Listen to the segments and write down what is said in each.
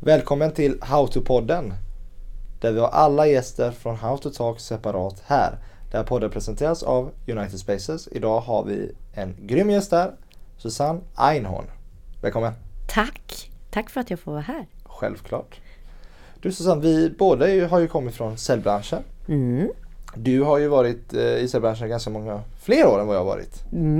Välkommen till How to-podden, där vi har alla gäster från How to Talk separat här. Där podden presenteras av United Spaces. Idag har vi en grym gäst där, Susanne Einhorn. Välkommen. Tack för att jag får vara här. Självklart. Du Susanne, vi båda har ju kommit från säljbranschen. Mm. Du har ju varit i säljbranschen ganska många fler år än vad jag har varit.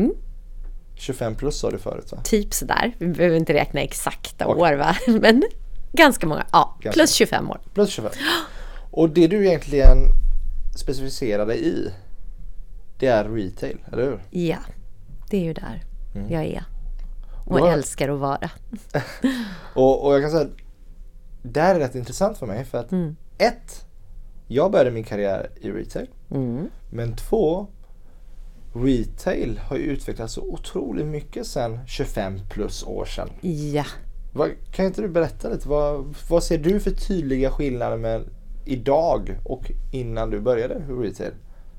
25 plus sa du förut, va? Typ sådär. Vi behöver inte räkna exakta år, va? Men ganska många. Ja, ganska plus 25 år. Plus 25. Och det du egentligen specificerar dig i, det är retail, eller hur? Ja, det är ju där jag är. Och älskar att vara. och jag kan säga, det här är rätt intressant för mig. För att jag började min karriär i retail. Men 2, retail har ju utvecklats så otroligt mycket sedan 25 plus år sedan. Ja. Kan inte du berätta lite? Vad ser du för tydliga skillnader med idag och innan du började retail?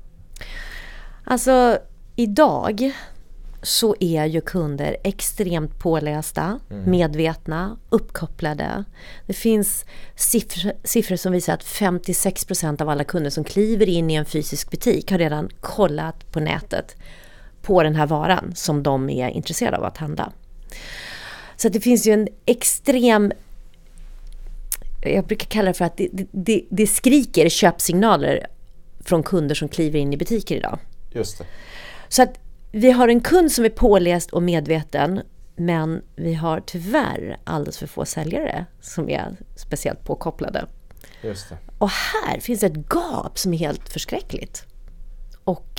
Alltså, idag så är ju kunder extremt pålästa, medvetna, uppkopplade. Det finns siffror som visar att 56% av alla kunder som kliver in i en fysisk butik har redan kollat på nätet på den här varan som de är intresserade av att handla. Så det finns ju en extrem, jag brukar kalla det för att det skriker köpsignaler från kunder som kliver in i butiker idag. Just det. Så att vi har en kund som är påläst och medveten, men vi har tyvärr alldeles för få säljare som är speciellt påkopplade. Just det. Och här finns ett gap som är helt förskräckligt. Och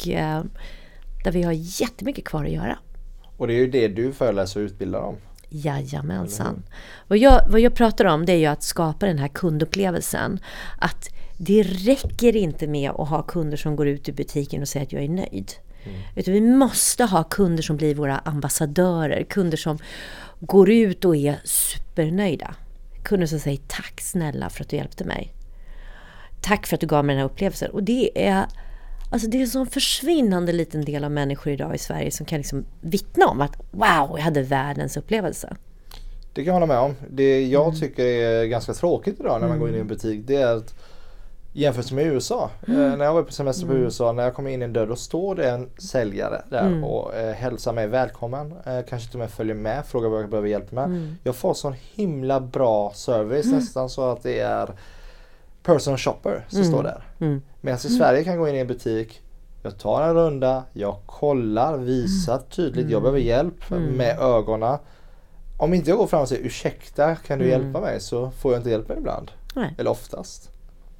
där vi har jättemycket kvar att göra. Och det är ju det du föreläser och utbildar om. Jajamensan. Vad jag pratar om, det är ju att skapa den här kundupplevelsen. Att det räcker inte med att ha kunder som går ut i butiken och säger att jag är nöjd. Utan vi måste ha kunder som blir våra ambassadörer. Kunder som går ut och är supernöjda. Kunder som säger tack snälla för att du hjälpte mig. Tack för att du gav mig den här upplevelsen. Och det är en sån försvinnande liten del av människor idag i Sverige som kan liksom vittna om att wow, jag hade världens upplevelse. Det kan jag hålla med om. Det jag tycker är ganska tråkigt idag när man går in i en butik, det är att jämfört med USA. När jag var på semester på USA, när jag kom in i en dörr, då står det en säljare där och hälsar mig välkommen. Kanske till och med följer med, frågar vad jag behöver hjälp med. Jag får sån himla bra service, nästan så att det är personal shopper som står där. Medan i Sverige kan jag gå in i en butik, jag tar en runda, jag kollar, visar tydligt, jag behöver hjälp med ögonen. Om inte jag går fram och säger ursäkta, kan du hjälpa mig, så får jag inte hjälp med ibland. Nej. Eller oftast.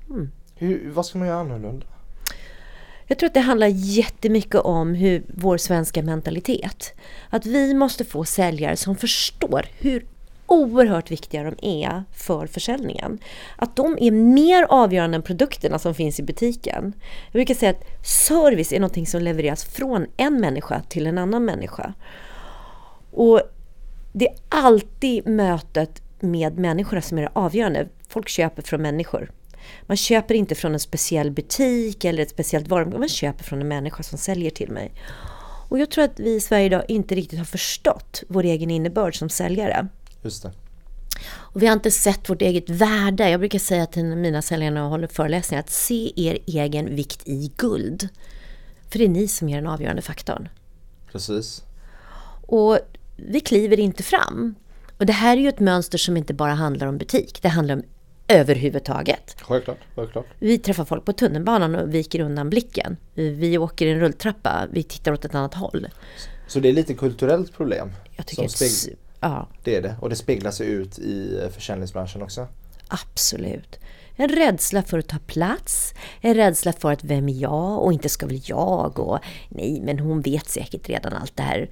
Vad ska man göra annorlunda? Jag tror att det handlar jättemycket om vår svenska mentalitet. Att vi måste få säljare som förstår hur oerhört viktiga de är för försäljningen. Att de är mer avgörande än produkterna som finns i butiken. Jag brukar säga att service är något som levereras från en människa till en annan människa. Och det är alltid mötet med människorna som är det avgörande. Folk köper från människor. Man köper inte från en speciell butik eller ett speciellt varumärke. Man köper från en människa som säljer till mig. Och jag tror att vi i Sverige idag inte riktigt har förstått vår egen innebörd som säljare. Just det. Och vi har inte sett vårt eget värde. Jag brukar säga till mina säljare när jag håller föreläsningar att se er egen vikt i guld. För det är ni som är den avgörande faktorn. Precis. Och vi kliver inte fram. Och det här är ju ett mönster som inte bara handlar om butik. Det handlar om överhuvudtaget. Självklart. Vi träffar folk på tunnelbanan och viker undan blicken. Vi åker i en rulltrappa. Vi tittar åt ett annat håll. Så det är lite kulturellt problem? Jag tycker ja. Det är det. Och det speglar sig ut i försäljningsbranschen också? Absolut. En rädsla för att ta plats. En rädsla för att vem är jag och inte ska väl jag. Och nej, men hon vet säkert redan allt det här.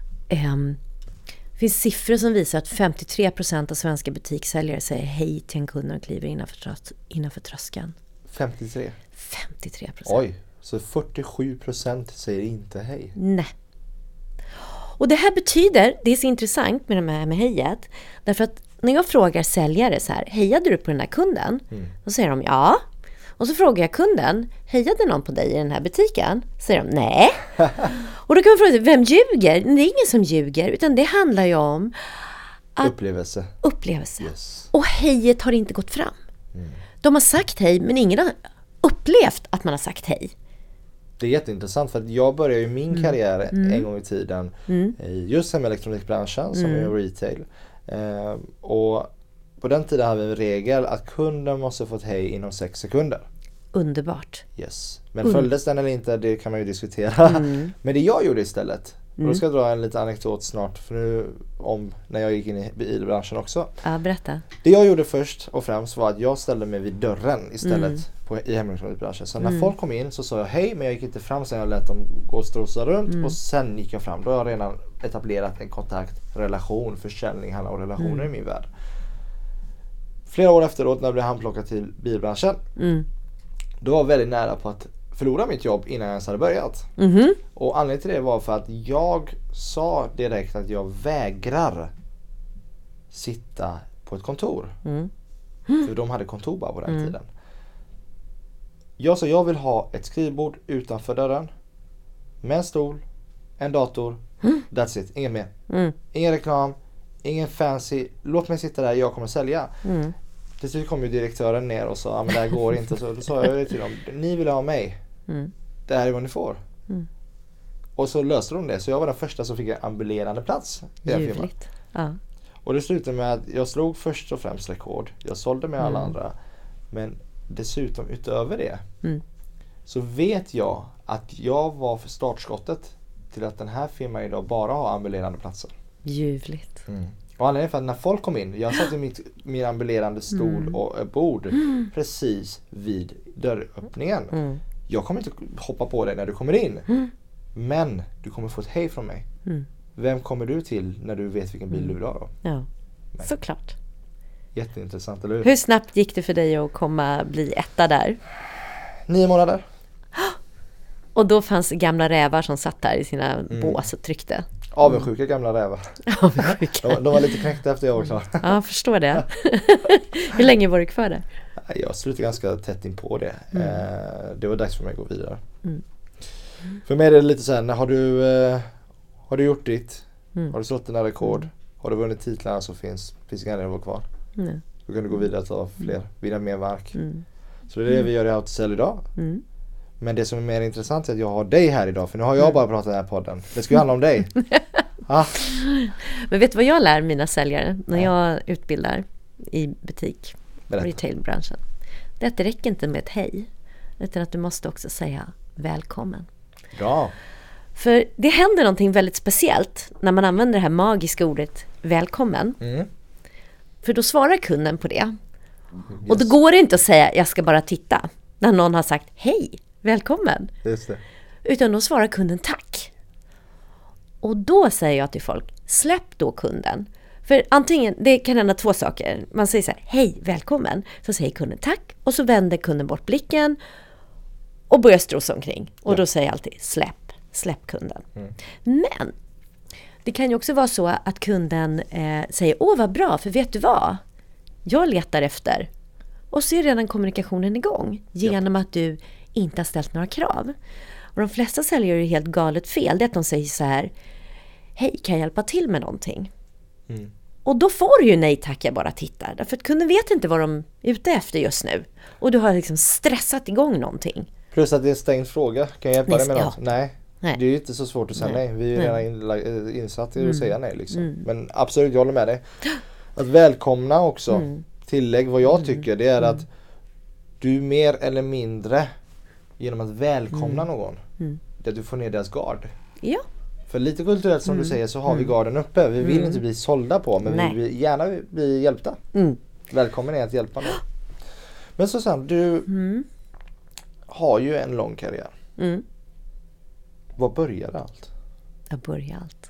Det finns siffror som visar att 53% av svenska butikssäljare säger hej till en kund och kliver innanför tröskeln. 53%? 53%. Oj, så 47% säger inte hej? Nej. Och det här betyder, det är så intressant med det här med hejet, därför att när jag frågar säljare så här, hejade du på den här kunden? Då säger de ja. Och så frågar jag kunden, hejade någon på dig i den här butiken? Säger de nej. Och då kan man fråga, vem ljuger? Det är ingen som ljuger, utan det handlar ju om Upplevelse. Yes. Och hejet har inte gått fram. De har sagt hej, men ingen har upplevt att man har sagt hej. Det är jätteintressant för att jag började ju min karriär en gång i tiden just som elektronikbranschen som är retail. Och på den tiden hade vi en regel att kunden måste få ett hej inom 6 sekunder. Underbart. Yes. Men följdes den eller inte, det kan man ju diskutera. Men det jag gjorde istället, och då ska jag dra en liten anekdot snart för nu om när jag gick in i bilbranschen också. Ja, berätta. Det jag gjorde först och främst var att jag ställde mig vid dörren istället i hemelektronikbranschen. Så när folk kom in så sa jag hej, men jag gick inte fram sen jag lät dem gå och strosa runt och sen gick jag fram. Då har jag redan etablerat en kontakt, relation, försäljning, handlar om relationer i min värld. Flera år efteråt när jag blev handplockad till bilbranschen då var jag väldigt nära på att förlora mitt jobb innan jag ens hade börjat. Och anledningen till det var för att jag sa direkt att jag vägrar sitta på ett kontor. För de hade kontor bara på den tiden. Jag sa jag vill ha ett skrivbord utanför dörren med en stol, en dator, that's it, inget mer. Ingen reklam, ingen fancy, låt mig sitta där, jag kommer sälja. Till slut kom ju direktören ner och sa men det här går inte. Så då sa jag det till dem, ni vill ha mig. Det här är vad ni får. Och så löste de det. Så jag var den första som fick en ambulerande plats i den firman. Ja. Och det slutade med att jag slog först och främst rekord. Jag sålde med alla andra. Men dessutom utöver det så vet jag att jag var för startskottet till att den här firman idag bara har ambulerande platser. Ljuvligt. Och anledningen för att när folk kom in, jag satt i min ambulerande stol och bord precis vid dörröppningen. Jag kommer inte hoppa på dig när du kommer in. Men du kommer få ett hej från mig. Vem kommer du till när du vet vilken bil du vill ha då? Ja, såklart. Jätteintressant, eller hur? Hur snabbt gick det för dig att bli etta där? 9 månader. Och då fanns gamla rävar som satt där i sina bås och tryckte. Avundsjuka gamla rävar. De var lite knäckta efter jag var klar. Ja, förstår det. Hur länge var du kvar där? Jag slutade ganska tätt in på det. Det var dags för mig att gå vidare. För mig är det lite så här, har du gjort ditt? Har du slått dina rekord? Har du vunnit titlarna så finns ingen anledning att vara kvar. Då kan du gå vidare och ta fler, vinna mer mark. Så det är det vi gör i Autosell idag. Men det som är mer intressant är att jag har dig här idag. För nu har jag bara pratat i den här podden. Det ska ju handla om dig. Men vet du vad jag lär mina säljare när jag utbildar i butik, retailbranschen? Det är att det räcker inte med ett hej. Utan att du måste också säga välkommen. Ja. För det händer någonting väldigt speciellt när man använder det här magiska ordet välkommen. För då svarar kunden på det. Och då går det inte att säga jag ska bara titta. När någon har sagt hej, välkommen. Just det. Utan då svarar kunden tack. Och då säger jag till folk, släpp då kunden. För antingen, det kan hända 2 saker. Man säger så här, hej, välkommen. Så säger kunden tack. Och så vänder kunden bort blicken. Och börjar strosa omkring. Och då säger jag alltid, släpp kunden. Men det kan ju också vara så att kunden säger, åh vad bra, för vet du vad? Jag letar efter. Och så är redan kommunikationen igång. Genom att du inte har ställt några krav. Och de flesta säljare är helt galet fel. Det är att de säger så här, hej, kan jag hjälpa till med någonting? Och då får du ju nej tack, jag bara tittar. Därför att kunden vet inte vad de är ute efter just nu. Och du har liksom stressat igång någonting. Plus att det är en stängd fråga. Kan jag hjälpa dig med något? Nej. Det är ju inte så svårt att säga nej. Vi är redan insatta i att säga nej. Liksom. Men absolut, jag håller med dig. Att välkomna också. Tillägg vad jag tycker. Det är att du mer eller mindre genom att välkomna någon. Det att du får ner deras gard. Ja. För lite kulturellt som du säger så har vi garden uppe. Vi vill inte bli sålda på, men vi vill gärna bli hjälpta. Välkommen är att hjälpa någon. Men Susanne, du har ju en lång karriär. Var började allt? Jag började allt.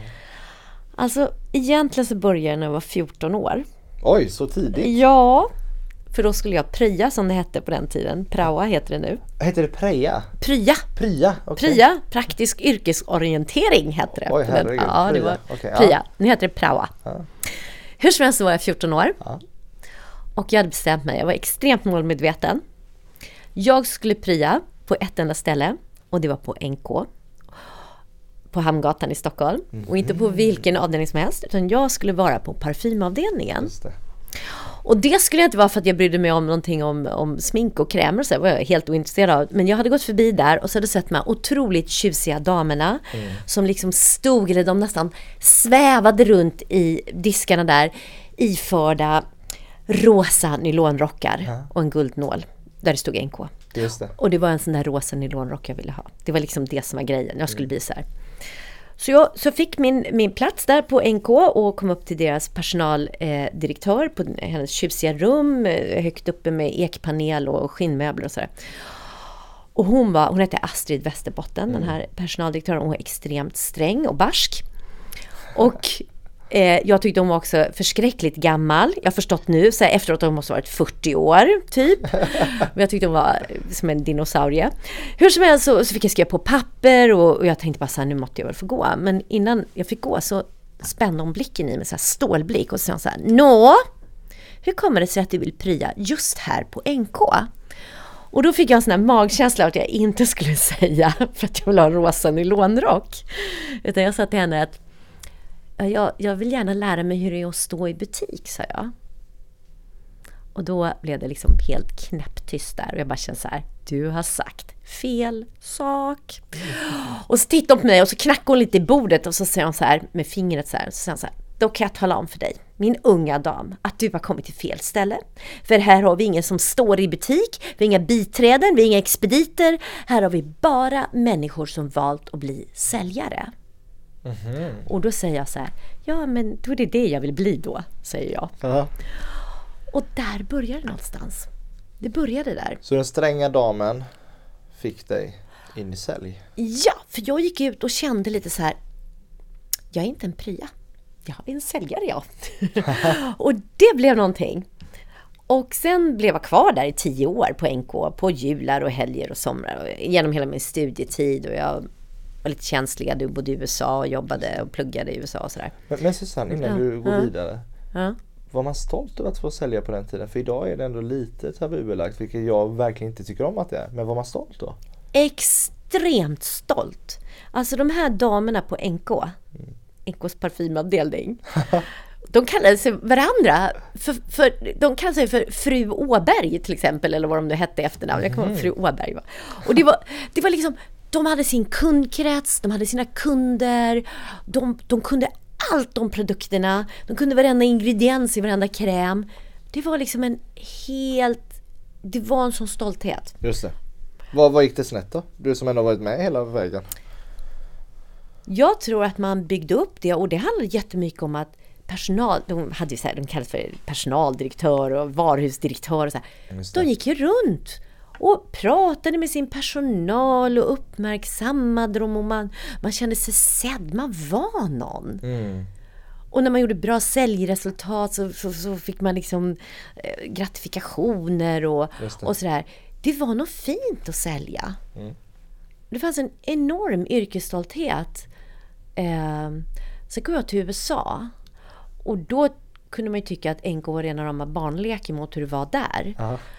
Alltså egentligen så började jag när jag var 14 år. Oj, så tidigt? Ja, för då skulle jag prya som det hette på den tiden. Praoa heter det nu. Heter det preja? Prya, okay. Prya, praktisk yrkesorientering heter det. Oj, herregud. Ja, det var prya. Nu heter det praoa. Hur som helst så var jag 14 år. Och jag hade bestämt mig, jag var extremt målmedveten. Jag skulle prya på ett enda ställe och det var på NK. på Hamngatan i Stockholm. Och inte på vilken avdelning som helst, utan jag skulle vara på parfymavdelningen. Just det. Och det skulle inte vara för att jag brydde mig om någonting om smink och krämer och så. Det var jag helt ointresserad av. Men jag hade gått förbi där och så hade sett de här otroligt tjusiga damerna som liksom stod, eller de nästan svävade runt i diskarna där, iförda rosa nylonrockar och en guldnål där det stod NK. Just det. Och det var en sån där rosa nylonrock jag ville ha. Det var liksom det som var grejen. Jag skulle bli så här. Så jag fick min plats där på NK och kom upp till deras personaldirektör på hennes tjusiga rum, högt uppe med ekpanel och skinnmöbler och sådär. Och hon hette Astrid Westerbotten, den här personaldirektören. Hon var extremt sträng och barsk. Och jag tyckte hon var också förskräckligt gammal. Jag har förstått nu, så här, efteråt att hon måste ha varit 40 år, typ. Men jag tyckte hon var som en dinosaurie. Hur som helst så fick jag skriva på papper och jag tänkte bara så här, nu måste jag väl få gå. Men innan jag fick gå så spände hon blicken i med så här stålblick och så sa hon så här, hur kommer det sig att du vill prya just här på NK? Och då fick jag en sån här magkänsla att jag inte skulle säga för att jag vill ha en rosa nylonrock. Utan jag sa till henne att jag vill gärna lära mig hur det är att stå i butik, sa jag. Och då blev det liksom helt knäpptyst där. Och jag bara kände så här, du har sagt fel sak. Och så tittade hon på mig och så knackade hon lite i bordet och så säger hon så här med fingret så här. Så säger hon så här, då kan jag tala om för dig, min unga dam, att du har kommit till fel ställe. För här har vi ingen som står i butik, vi har inga biträden, vi har inga expediter. Här har vi bara människor som valt att bli säljare. Och då säger jag så här, ja men då är det jag vill bli då, säger jag. Och där började det någonstans. Det började där. Så den stränga damen fick dig in i sälj? Ja, för jag gick ut och kände lite så här, jag är inte en prya. Jag är en säljare, ja. Och det blev någonting. Och sen blev jag kvar där i 10 år på NK, på jular och helger och somrar. Och genom hela min studietid och jag var lite känslig. Du bodde i USA och jobbade och pluggade i USA och sådär. Men Susanne, innan du går vidare. Ja. Var man stolt över att få sälja på den tiden? För idag är det ändå lite tabubelagt, vilket jag verkligen inte tycker om att det är. Men var man stolt då? Extremt stolt. Alltså de här damerna på NK, NKs parfymavdelning, de kallade sig varandra de kallade sig för Fru Åberg till exempel, eller vad de nu hette efternamn. Jag kommer ihåg Fru Åberg. Va? Och det var liksom, de hade sin kundkrets, de hade sina kunder, de kunde allt om produkterna, de kunde varenda ingrediens i varenda kräm. Det var liksom det var en sån stolthet. Just det. Vad gick det snett då? Du som ändå varit med hela vägen. Jag tror att man byggde upp det, och det handlade jättemycket om att de hade ju så här, de kallades för personaldirektör och varuhusdirektör och så här. De gick ju runt och pratade med sin personal och uppmärksammade dem, och man kände sig sedd, man var någon. Och när man gjorde bra säljresultat så fick man liksom gratifikationer och sådär. Det var nog fint att sälja. Det fanns en enorm yrkesstolthet. Sen kom jag till USA, och då kunde man ju tycka att NK var rena rama barnlek mot hur det var där.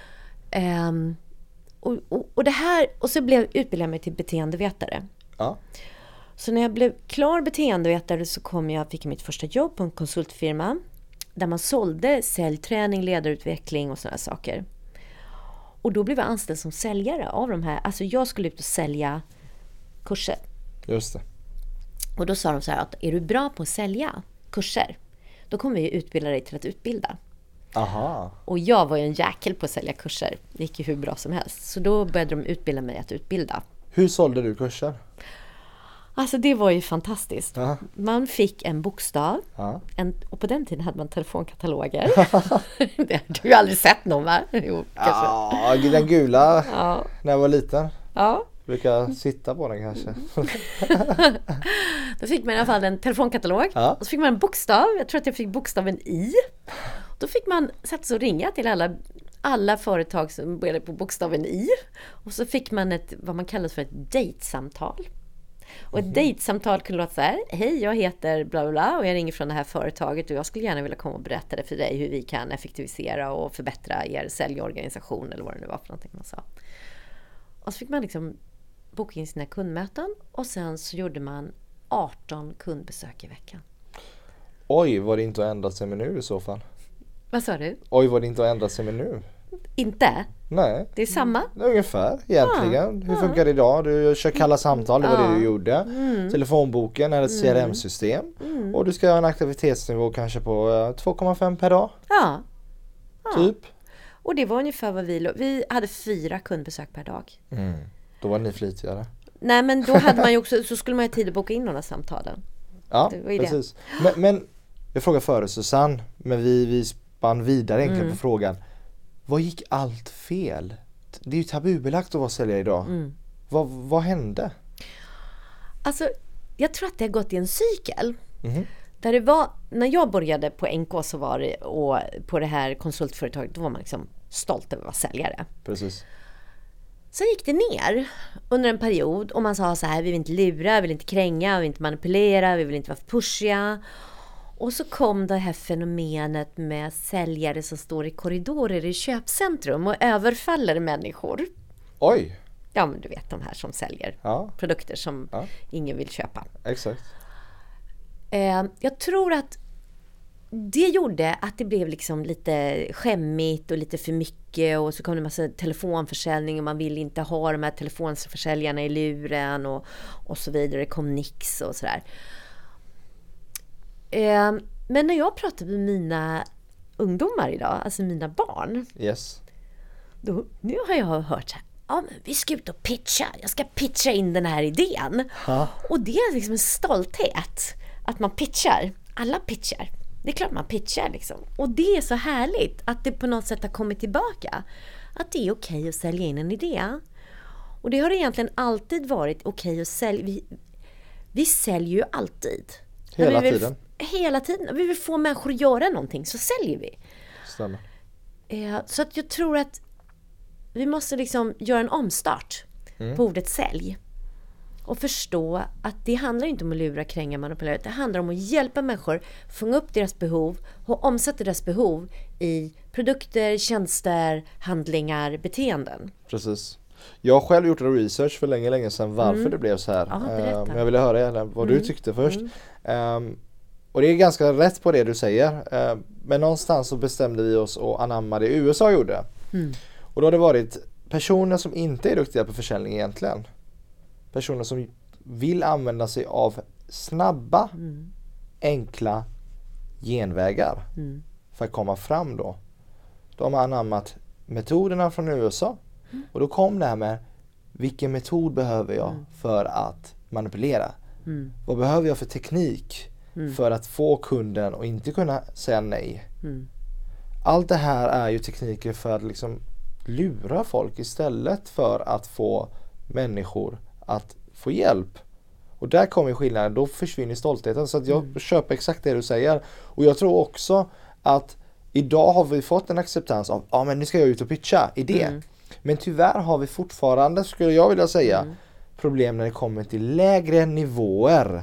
Och det här, och så utbildade jag mig till beteendevetare. Så när jag blev klar beteendevetare så fick jag mitt första jobb på en konsultfirma där man sålde säljträning, ledarutveckling och sådana saker. Och då blev jag anställd som säljare av de här. Alltså jag skulle ut och sälja kurser. Just det. Och då sa de så här att, är du bra på att sälja kurser, då kommer vi utbilda dig till att utbilda. Aha. Och jag var ju en jäkel på att sälja kurser. Det gick ju hur bra som helst. Så då började de utbilda mig att utbilda. Hur sålde du kurser? Alltså det var ju fantastiskt. Aha. Man fick en bokstav. Och på den tiden hade man telefonkataloger. Du har aldrig sett någon, va? Jo, kanske. Ja, den gula när jag var liten. Ja. Brukar sitta på den kanske. Då fick man i alla fall en telefonkatalog. Och så fick man en bokstav. Jag tror att jag fick bokstaven I. Då fick man sätta sig och ringa till alla företag som började på bokstaven I. Och så fick man vad man kallar för ett dejtsamtal. Och ett dejtsamtal kunde låta så här: hej, jag heter bla bla bla och jag ringer från det här företaget och jag skulle gärna vilja komma och berätta det för dig hur vi kan effektivisera och förbättra er säljorganisation, eller vad det nu var för någonting man sa. Och så fick man liksom boka in sina kundmöten, och sen så gjorde man 18 kundbesök i veckan. Oj, vad det inte har ändrat sig med nu i så fall. Vad sa du? Oj, vad det inte har ändrat sig med nu. Inte? Nej. Det är samma? Ungefär egentligen. Hur funkar det idag? Du kör kalla samtal, det var det du gjorde. Telefonboken är ett CRM-system. Och du ska ha en aktivitetsnivå kanske på 2,5 per dag. Ja. Typ. Och det var ungefär vad vi hade 4 kundbesök per dag. Då var ni flitigare. Nej, men då hade man ju också, så skulle man ha tid att boka in några samtalen. Ja, precis. Men jag frågar före Susanne, men vi spann vidare egentligen på frågan. Vad gick allt fel? Det är ju tabubelagt att vara säljare idag. Vad hände? Alltså, jag tror att det har gått i en cykel. Där det var, när jag började på NK så var det, och på det här konsultföretaget, då var man liksom stolt över att vara säljare. Precis. Sen gick det ner under en period och man sa så här: vi vill inte lura, vi vill inte kränga, vi vill inte manipulera, vi vill inte vara för pushiga. Och så kom det här fenomenet med säljare som står i korridorer i köpcentrum och överfaller människor. Oj! Ja, men du vet de här som säljer produkter som ingen vill köpa. Exakt. Jag tror att det gjorde att det blev liksom lite skämmigt och lite för mycket, och så kom det en massa telefonförsäljning och man vill inte ha de här telefonförsäljarna i luren och så vidare. Det kom nix och sådär. Men när jag pratar med mina ungdomar idag, alltså mina barn, nu har jag hört så här: ja, men vi ska ut och pitcha. Jag ska pitcha in den här idén. Och det är liksom en stolthet att man pitchar. Alla pitchar. Det är klart man pitchar liksom. Och det är så härligt att det på något sätt har kommit tillbaka. Att det är okej att sälja in en idé. Och det har egentligen alltid varit okej att sälja. Vi säljer ju alltid. Hela tiden. Hela tiden. Vi vill få människor att göra någonting, så säljer vi. Stämmer. Så att jag tror att vi måste liksom göra en omstart på ordet sälj. Och förstå att det handlar inte om att lura, kränga, manipulera. Det handlar om att hjälpa människor, fånga upp deras behov och omsätta deras behov i produkter, tjänster, handlingar, beteenden. Precis. Jag har själv gjort en research för länge sedan varför det blev så här. Men jag ville höra vad du tyckte först. Och det är ganska rätt på det du säger. Men någonstans så bestämde vi oss att anamma det USA gjorde. Och då har det varit personer som inte är duktiga på försäljning egentligen. Personer som vill använda sig av snabba, enkla genvägar för att komma fram då. De har anammat metoderna från USA. Och då kom det här med: vilken metod behöver jag för att manipulera? Vad behöver jag för teknik för att få kunden att inte kunna säga nej? Allt det här är ju tekniker för att liksom lura folk istället för att få människor att få hjälp. Och där kommer skillnaden, då försvinner stoltheten. Så att jag köper exakt det du säger. Och jag tror också att idag har vi fått en acceptans av men nu ska jag ut och pitcha idé. Men tyvärr har vi fortfarande, skulle jag vilja säga, problem när det kommer till lägre nivåer.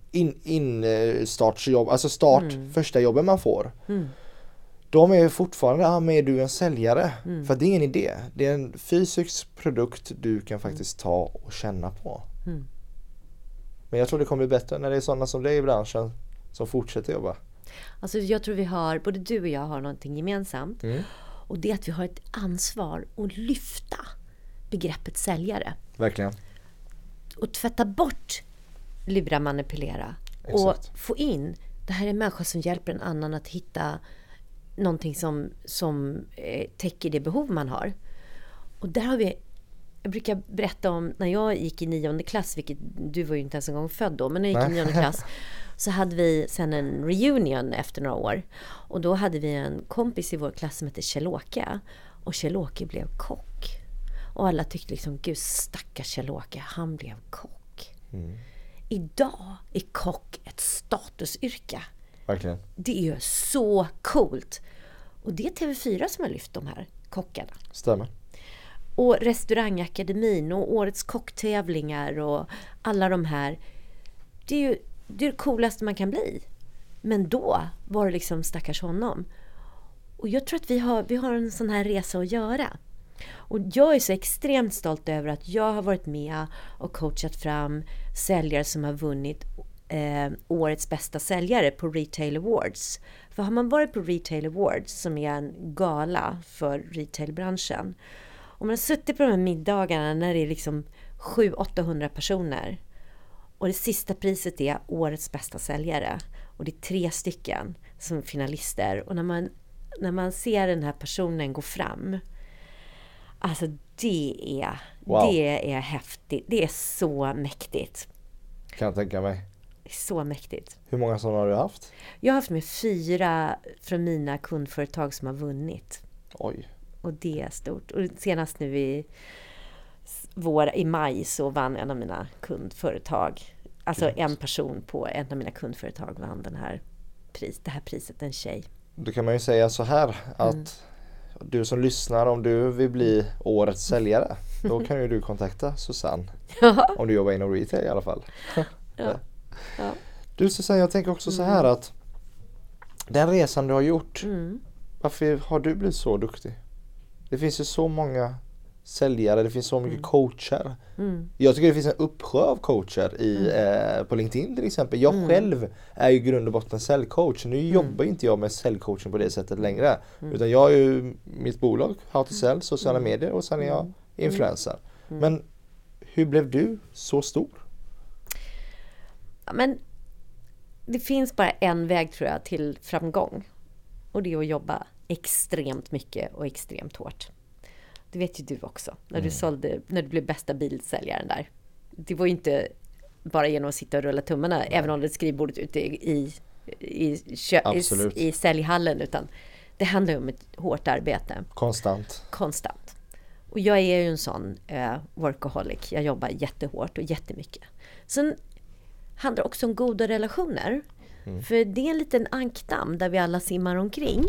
Startjobb, alltså första jobben man får. De är fortfarande, men är du en säljare? För det är ingen idé. Det är en fysisk produkt du kan faktiskt ta och känna på. Men jag tror det kommer bli bättre när det är sådana som dig i branschen som fortsätter jobba. Alltså jag tror vi har, både du och jag har någonting gemensamt. Och det är att vi har ett ansvar att lyfta begreppet säljare. Verkligen. Och tvätta bort lura, manipulera. Exakt. Och få in, det här är en människa som hjälper en annan att hitta någonting som täcker det behov man har. Och där har vi, jag brukar berätta om när jag gick i 9:e klass, vilket du var ju inte ens en gång född då, men när jag gick i 9:e klass så hade vi sen en reunion efter några år. Och då hade vi en kompis i vår klass som hette Kjell-Åke. Och Kjell-Åke blev kock. Och alla tyckte liksom, gud stackars Kjell-Åke, han blev kock. Idag är kock ett statusyrke. Verkligen. Det är ju så coolt. Och det är TV4 som har lyft de här kockarna. Stämmer. Och restaurangakademin och årets kocktävlingar och alla de här. Det är ju det coolaste man kan bli. Men då var det liksom stackars honom. Och jag tror att vi har en sån här resa att göra. Och jag är så extremt stolt över att jag har varit med och coachat fram säljare som har vunnit årets bästa säljare på Retail Awards. För har man varit på Retail Awards, som är en gala för retailbranschen, och man har suttit på de här middagarna när det är liksom 700-800 personer, och det sista priset är årets bästa säljare, och det är 3 stycken som är finalister, och när man ser den här personen gå fram, alltså det är häftigt, det är så mäktigt. Kan jag tänka mig. Så mäktigt. Hur många sådana har du haft? Jag har haft med 4 från mina kundföretag som har vunnit. Oj. Och det är stort. Och senast nu i maj så vann en av mina kundföretag. Alltså en person på en av mina kundföretag vann det här priset, en tjej. Då kan man ju säga så här att du som lyssnar, om du vill bli årets säljare, då kan ju du kontakta Susanne. Om du jobbar inom retail i alla fall. Ja. Du Susanne, jag tänker också så här att den resan du har gjort, varför har du blivit så duktig? Det finns ju så många säljare, det finns så mycket coacher. Jag tycker det finns en uppsjö av coacher på LinkedIn till exempel. Jag själv är ju i grund och botten säljcoach. Nu jobbar inte jag med säljcoaching på det sättet längre. Utan jag är ju mitt bolag, How to Sell, sociala medier, och sen är jag influencer. Men hur blev du så stor? Ja, men det finns bara en väg, tror jag, till framgång. Och det är att jobba extremt mycket och extremt hårt. Det vet ju du också. När du blev bästa bilsäljaren där. Det var ju inte bara genom att sitta och rulla tummarna, även om det skrivbordet ute i säljhallen, utan det handlar ju om ett hårt arbete. Konstant. Och jag är ju en sån workaholic. Jag jobbar jättehårt och jättemycket. Sen handlar det också om goda relationer. För det är en liten ankdamm där vi alla simmar omkring.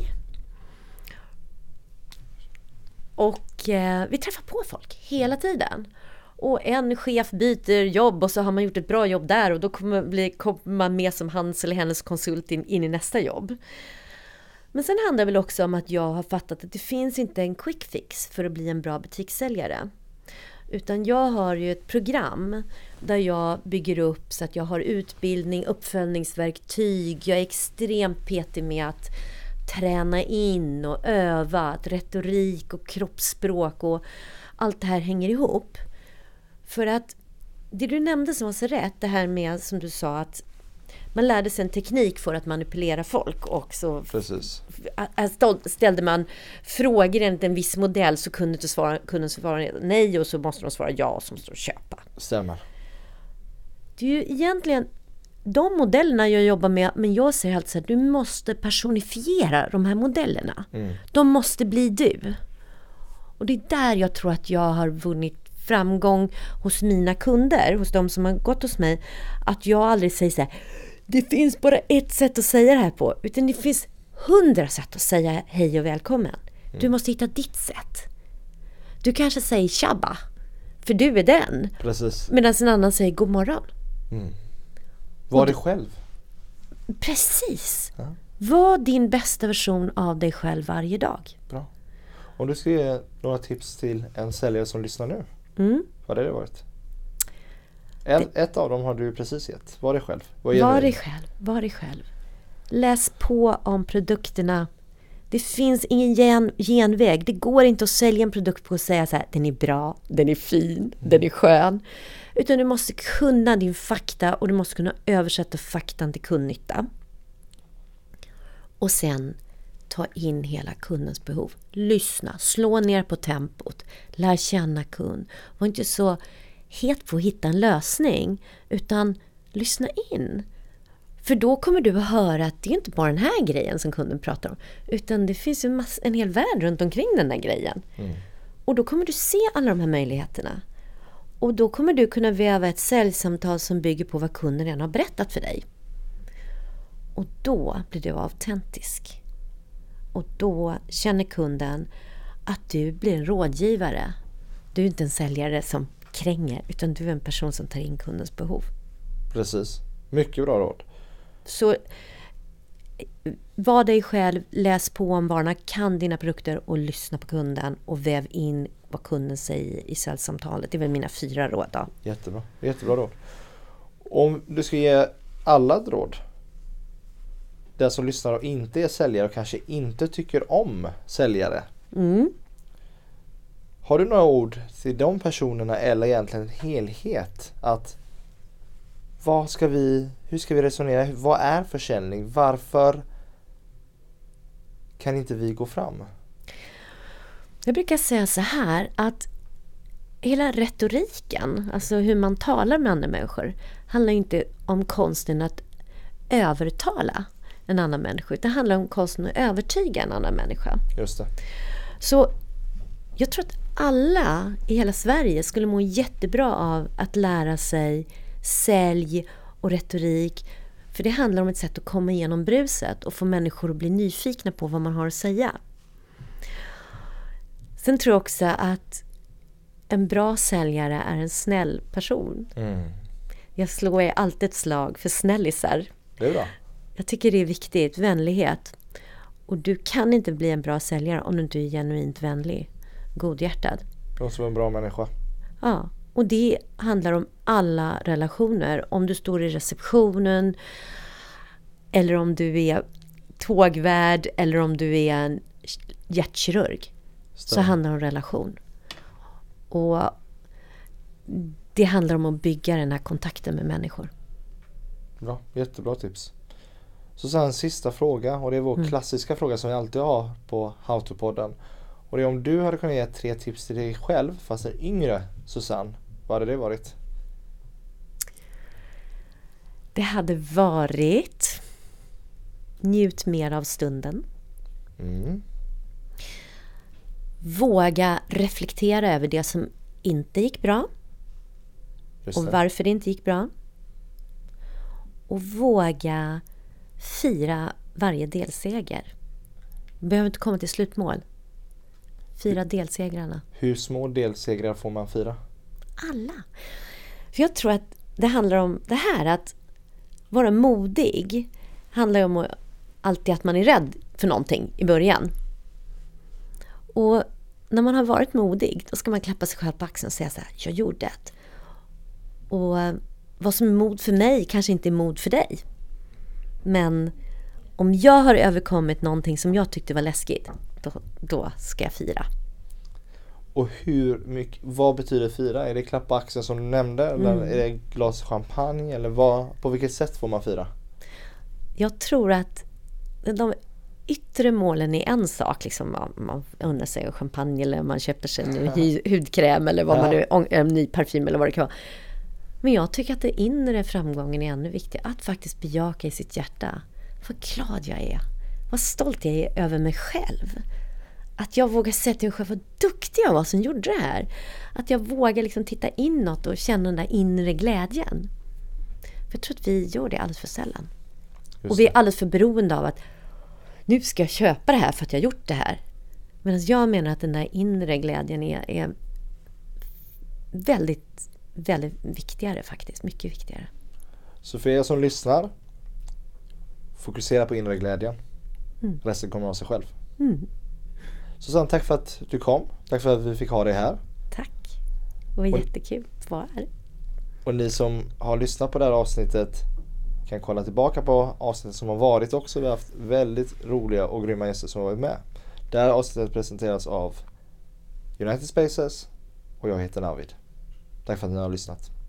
Och vi träffar på folk hela tiden. Och en chef byter jobb och så har man gjort ett bra jobb där, och då kommer man med som hans eller hennes konsult in i nästa jobb. Men sen handlar det väl också om att jag har fattat att det finns inte en quick fix för att bli en bra butikssäljare. Utan jag har ju ett program där jag bygger upp så att jag har utbildning, uppföljningsverktyg. Jag är extremt petig med att träna in och öva, att retorik och kroppsspråk och allt det här hänger ihop. För att det du nämnde som var så rätt, det här med som du sa att man lärde sig en teknik för att manipulera folk, och så ställde man frågor enligt en viss modell, så kunde svara nej, och så måste de svara ja, som står köpa. Stämmer. Det är ju egentligen de modellerna jag jobbar med, men jag säger alltid så här, du måste personifiera de här modellerna. De måste bli du. Och det är där jag tror att jag har vunnit framgång hos mina kunder, hos de som har gått hos mig, att jag aldrig säger så här, det finns bara ett sätt att säga det här på, utan det finns 100 sätt att säga hej och välkommen. Du måste hitta ditt sätt. Du kanske säger tjabba, för du är den. Precis. Medan en annan säger god morgon. Var dig själv. Precis. Ja. Var din bästa version av dig själv varje dag. Bra. Om du ska ge några tips till en säljare som lyssnar nu. Vad hade det varit? Ett av dem har du precis gett. Var dig själv. Var dig själv. Läs på om produkterna. Det finns ingen genväg. Det går inte att sälja en produkt på att säga så här, den är bra, den är fin, den är skön. Utan du måste kunna din fakta, och du måste kunna översätta faktan till kundnytta. Och sen ta in hela kundens behov. Lyssna, slå ner på tempot, lär känna kund. Var inte så het på att hitta en lösning, utan lyssna in. För då kommer du att höra att det är inte bara den här grejen som kunden pratar om, utan det finns ju en hel värld runt omkring den här grejen. Och då kommer du se alla de här möjligheterna. Och då kommer du kunna väva ett säljsamtal som bygger på vad kunden redan har berättat för dig. Och då blir du autentisk. Och då känner kunden att du blir en rådgivare. Du är inte en säljare som kränger, utan du är en person som tar in kundens behov. Precis. Mycket bra råd. Så var dig själv, läs på om varorna, kan dina produkter och lyssna på kunden och väv in vad kunden säger i säljsamtalet. Det är väl mina 4 råd då. Jättebra råd. Om du ska ge alla ett råd. Den som lyssnar och inte är säljare och kanske inte tycker om säljare. Har du några ord till de personerna eller egentligen en helhet? Att hur ska vi resonera? Vad är försäljning? Varför kan inte vi gå fram? Jag brukar säga så här att hela retoriken, alltså hur man talar med andra människor, handlar inte om konsten att övertala en annan människa, utan det handlar om konsten att övertyga en annan människa. Just det. Så jag tror att alla i hela Sverige skulle må jättebra av att lära sig sälj och retorik. För det handlar om ett sätt att komma igenom bruset och få människor att bli nyfikna på vad man har att säga. Sen tror jag också att en bra säljare är en snäll person. Jag slår alltid ett slag för snällisar. Det är bra. Jag tycker det är viktigt, vänlighet. Och du kan inte bli en bra säljare om du inte är genuint vänlig, godhjärtad. Du måste vara en bra människa. Ja, och det handlar om alla relationer. Om du står i receptionen, eller om du är tågvärd, eller om du är en hjärtkirurg. Så handlar det om relation. Och det handlar om att bygga den här kontakten med människor. Bra, jättebra tips. Så sen en sista fråga, och det är vår klassiska fråga som vi alltid har på How-to-podden. Och det är om du hade kunnat ge 3 tips till dig själv fast en yngre Susanne, vad hade det varit? Det hade varit njut mer av stunden. Våga reflektera över det som inte gick bra. Och varför det inte gick bra. Och våga fira varje delseger. Du behöver inte komma till slutmål. Fira delsegrarna. Hur små delsegrar får man fira? Alla. För jag tror att det handlar om det här, att vara modig handlar om alltid att man är rädd för någonting i början. Och när man har varit modig, då ska man klappa sig själv på axeln och säga så här: jag gjorde det. Och vad som är mod för mig kanske inte är mod för dig. Men om jag har överkommit någonting som jag tyckte var läskigt, då ska jag fira. Och vad betyder fira? Är det klappa axeln som du nämnde? Eller är det glas champagne? Eller på vilket sätt får man fira? Jag tror att de yttre målen är en sak. Liksom man undrar sig champagne, eller man köper sig en ny hudkräm, eller vad man nu, en ny parfym eller vad det kan vara. Men jag tycker att det inre framgången är ännu viktigare. Att faktiskt bejaka i sitt hjärta. Vad glad jag är. Vad stolt jag är över mig själv. Att jag vågar säga till mig själv vad duktig jag var som gjorde det här. Att jag vågar liksom titta inåt och känna den där inre glädjen. För jag tror att vi gör det alldeles för sällan. Och vi är alldeles för beroende av att nu ska jag köpa det här för att jag har gjort det här. Medan jag menar att den där inre glädjen är väldigt, väldigt viktigare faktiskt. Mycket viktigare. Så för er som lyssnar, fokusera på inre glädjen. Resten kommer av sig själv. Susanne, tack för att du kom. Tack för att vi fick ha dig här. Tack. Det var jättekul att vara här. Och ni som har lyssnat på det här avsnittet kan kolla tillbaka på avsnittet som har varit också. Vi har haft väldigt roliga och grymma gäster som har varit med. Det här avsnittet presenteras av United Spaces och jag heter Navid. Tack för att ni har lyssnat.